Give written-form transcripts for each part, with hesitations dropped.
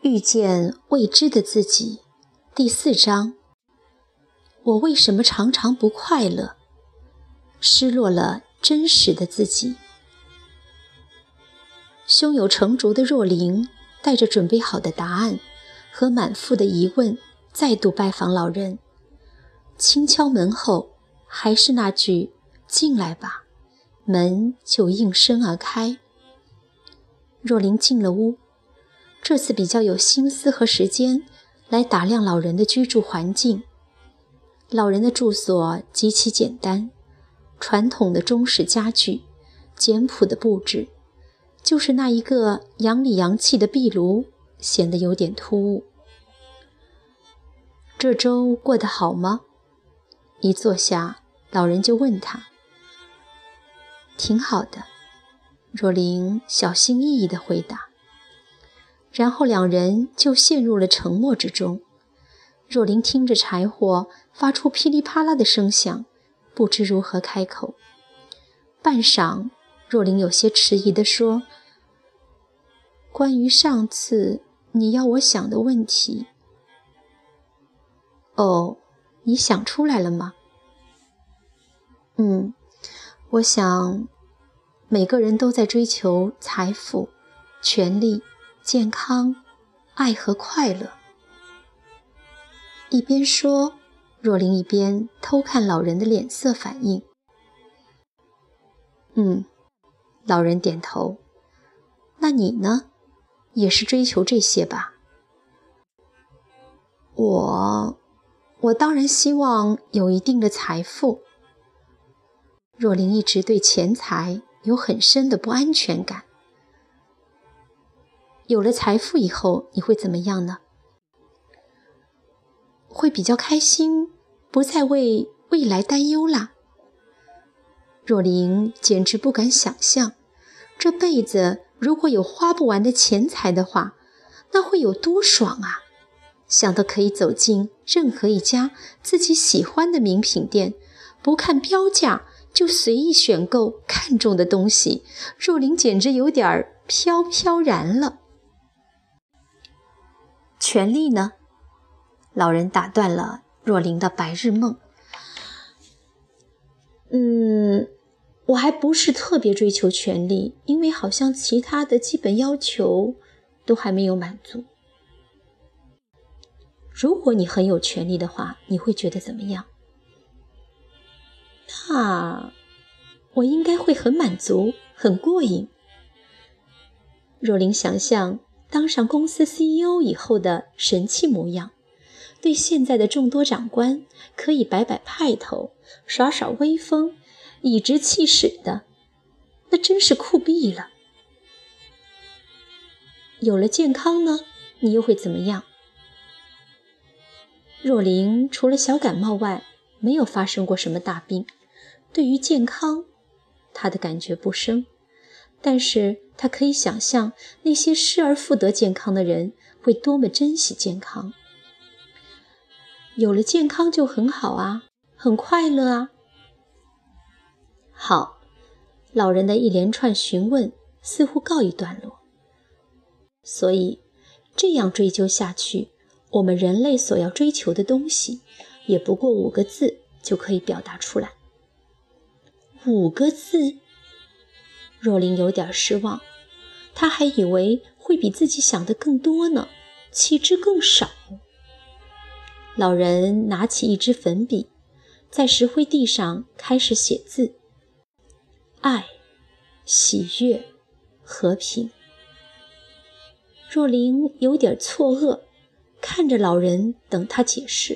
遇见未知的自己，第4章。我为什么常常不快乐？失落了真实的自己。胸有成竹的若琳带着准备好的答案和满腹的疑问再度拜访老人。轻敲门后，还是那句进来吧，门就应声而开。若琳进了屋，这次比较有心思和时间来打量老人的居住环境。老人的住所极其简单，传统的中式家具，简朴的布置，就是那一个阳里阳气的壁炉显得有点突兀。这周过得好吗？一坐下，老人就问他。挺好的，若琳小心翼翼地回答。然后两人就陷入了沉默之中。若琳听着柴火发出噼里啪啦的声响，不知如何开口。半晌，若琳有些迟疑地说：关于上次你要我想的问题。哦，你想出来了吗？我想每个人都在追求财富、权力、健康、爱和快乐。一边说，若琳一边偷看老人的脸色反应。老人点头。那你呢？也是追求这些吧？我当然希望有一定的财富。若琳一直对钱财有很深的不安全感。有了财富以后，你会怎么样呢？会比较开心，不再为未来担忧啦。若琳简直不敢想象，这辈子如果有花不完的钱财的话，那会有多爽啊！想到可以走进任何一家自己喜欢的名品店，不看标价就随意选购看中的东西，若琳简直有点飘飘然了。权力呢？老人打断了若琳的白日梦。我还不是特别追求权力，因为好像其他的基本要求都还没有满足。如果你很有权力的话，你会觉得怎么样？那我应该会很满足，很过瘾。若琳想象当上公司 CEO 以后的神气模样，对现在的众多长官可以摆摆派头，耍耍威风，颐指气使的，那真是酷毙了。有了健康呢，你又会怎么样？若琳除了小感冒外，没有发生过什么大病。对于健康，她的感觉不深，但是她可以想象那些失而复得健康的人会多么珍惜健康。有了健康就很好啊，很快乐啊。好，老人的一连串询问似乎告一段落。所以这样追究下去，我们人类所要追求的东西也不过5个字就可以表达出来。5个字？若琳有点失望，她还以为会比自己想的更多呢，岂知更少。老人拿起一支粉笔，在石灰地上开始写字。爱、喜悦、和平。若琳有点错愕，看着老人等他解释。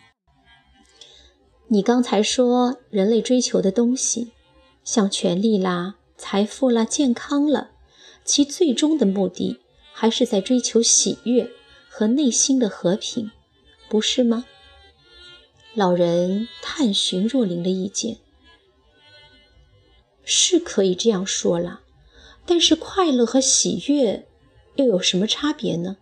你刚才说人类追求的东西，像权力啦、财富啦、健康了，其最终的目的还是在追求喜悦和内心的和平，不是吗？老人探寻若琳的意见。是可以这样说啦，但是快乐和喜悦又有什么差别呢？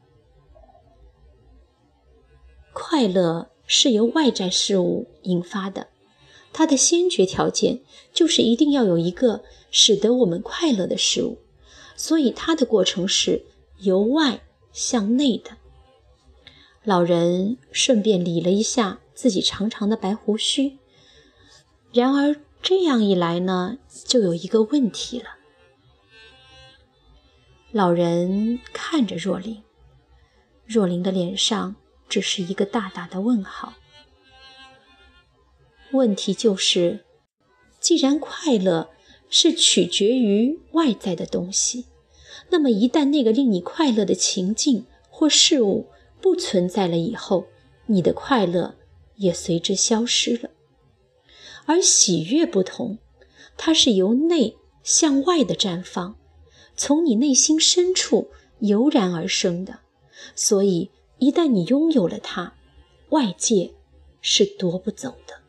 快乐是由外在事物引发的，它的先决条件就是一定要有一个使得我们快乐的事物，所以它的过程是由外向内的。老人顺便理了一下自己长长的白胡须。然而这样一来呢，就有一个问题了。老人看着若琳，若琳的脸上只是一个大大的问号。问题就是，既然快乐是取决于外在的东西，那么一旦那个令你快乐的情境或事物不存在了以后，你的快乐也随之消失了。而喜悦不同，它是由内向外的绽放，从你内心深处油然而生的，所以一旦你拥有了它，外界是夺不走的。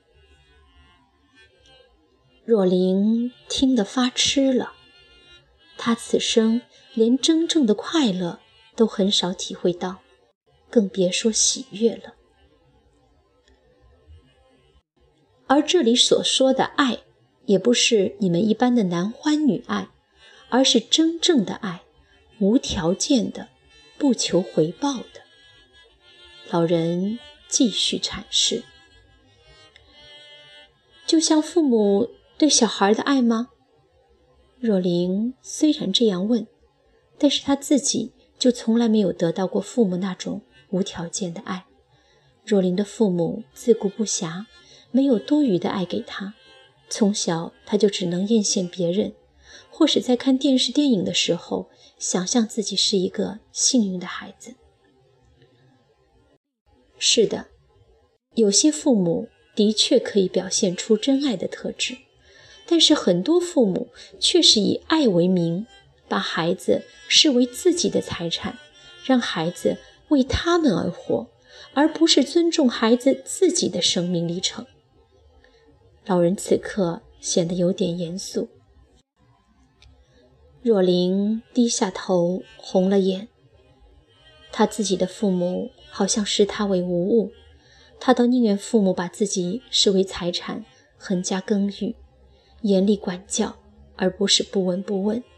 若琳听得发痴了，她此生连真正的快乐都很少体会到，更别说喜悦了。而这里所说的爱，也不是你们一般的男欢女爱，而是真正的爱，无条件的，不求回报的。老人继续阐释，就像父母对小孩的爱吗？若琳虽然这样问，但是她自己就从来没有得到过父母那种无条件的爱。若琳的父母自顾不暇，没有多余的爱给她，从小她就只能艳羡别人，或是在看电视电影的时候，想象自己是一个幸运的孩子。是的，有些父母的确可以表现出真爱的特质，但是很多父母却是以爱为名，把孩子视为自己的财产，让孩子为他们而活，而不是尊重孩子自己的生命历程。老人此刻显得有点严肃。若琳低下头，红了眼。她自己的父母好像视她为无物，她倒宁愿父母把自己视为财产，横加耕耘，严厉管教，而不是不闻不问。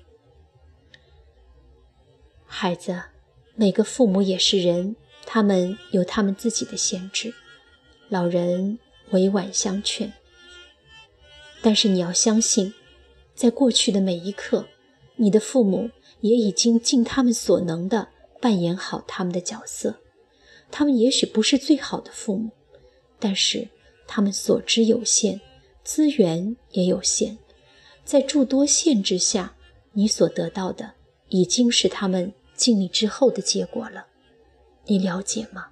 孩子，每个父母也是人，他们有他们自己的限制。老人委婉相劝。但是你要相信，在过去的每一刻，你的父母也已经尽他们所能地扮演好他们的角色。他们也许不是最好的父母，但是他们所知有限，资源也有限，在诸多限制下，你所得到的已经是他们尽力之后的结果了。你了解吗？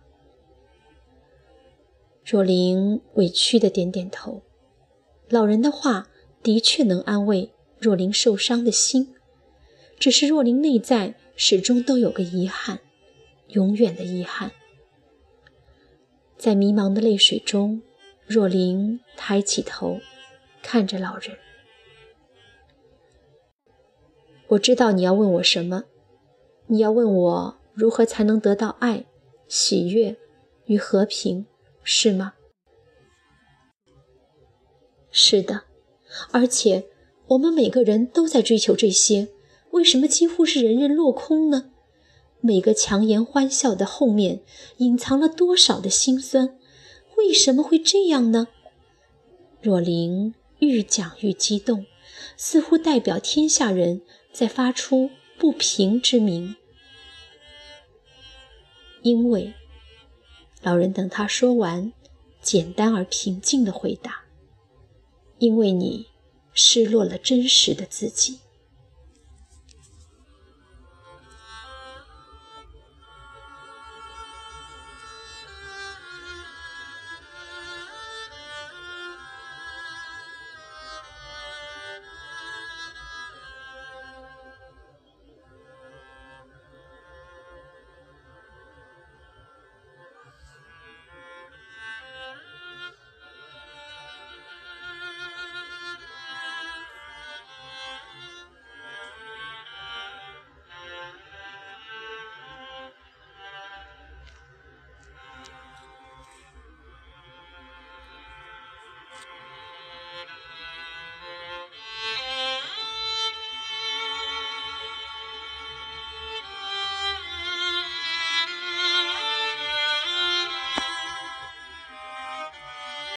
若琳委屈地点点头。老人的话的确能安慰若琳受伤的心，只是若琳内在始终都有个遗憾，永远的遗憾。在迷茫的泪水中，若琳抬起头，看着老人。我知道你要问我什么，你要问我如何才能得到爱、喜悦与和平，是吗？是的，而且我们每个人都在追求这些，为什么几乎是人人落空呢？每个强颜欢笑的后面隐藏了多少的辛酸？为什么会这样呢？若琳愈讲愈激动，似乎代表天下人在发出不平之鸣。因为，老人等他说完，简单而平静地回答，因为你失落了真实的自己。